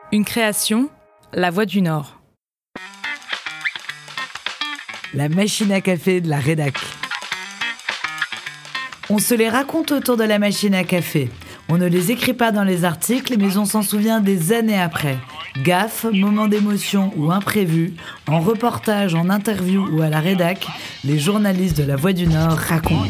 Une création, La Voix du Nord. La machine à café de la rédac. On se les raconte autour de la machine à café. On ne les écrit pas dans les articles, mais on s'en souvient des années après. Gaffe, moments d'émotion ou imprévus, en reportage, en interview ou à la rédac, les journalistes de La Voix du Nord racontent.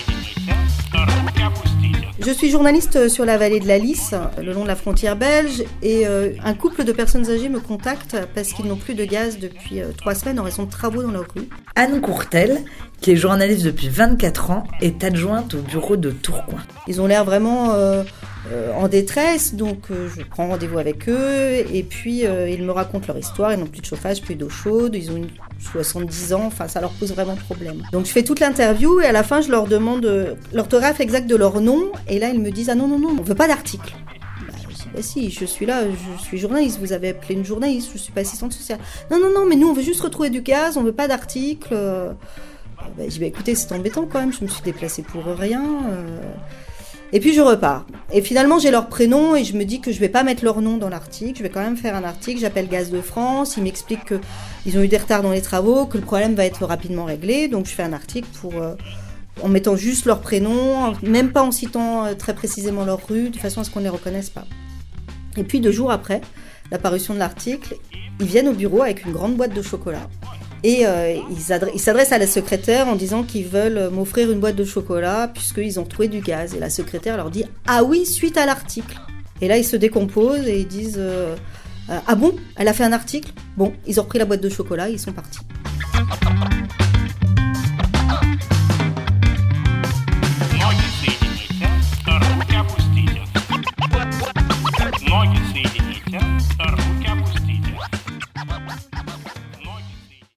Je suis journaliste sur la vallée de la Lys, le long de la frontière belge, et un couple de personnes âgées me contacte parce qu'ils n'ont plus de gaz depuis 3 semaines en raison de travaux dans leur rue. Anne Courtel, qui est journaliste depuis 24 ans, est adjointe au bureau de Tourcoing. Ils ont l'air vraiment en détresse, donc je prends rendez-vous avec eux, et puis ils me racontent leur histoire. Ils n'ont plus de chauffage, plus d'eau chaude, ils ont 70 ans, enfin ça leur pose vraiment problème. Donc je fais toute l'interview et à la fin je leur demande l'orthographe exacte de leur nom, et là ils me disent « Ah non, on veut pas d'article ». Je dis « Bah si, je suis là, je suis journaliste, vous avez appelé une journaliste, je suis pas assistante sociale ». « Non, mais nous on veut juste retrouver du gaz, on veut pas d'article ». Je dis « Écoutez, c'est embêtant quand même, je me suis déplacée pour rien ». Et puis je repars. Et finalement, j'ai leur prénom et je me dis que je vais pas mettre leur nom dans l'article. Je vais quand même faire un article. J'appelle Gaz de France. Ils m'expliquent qu'ils ont eu des retards dans les travaux, que le problème va être rapidement réglé. Donc je fais un article en mettant juste leur prénom, même pas en citant très précisément leur rue, de façon à ce qu'on ne les reconnaisse pas. Et puis 2 jours après la parution de l'article, ils viennent au bureau avec une grande boîte de chocolat. Et ils s'adressent à la secrétaire en disant qu'ils veulent m'offrir une boîte de chocolat puisqu'ils ont trouvé du gaz. Et la secrétaire leur dit « Ah oui, suite à l'article ». Et là, ils se décomposent et ils disent « Ah bon, elle a fait un article ?» Bon, ils ont repris la boîte de chocolat et ils sont partis.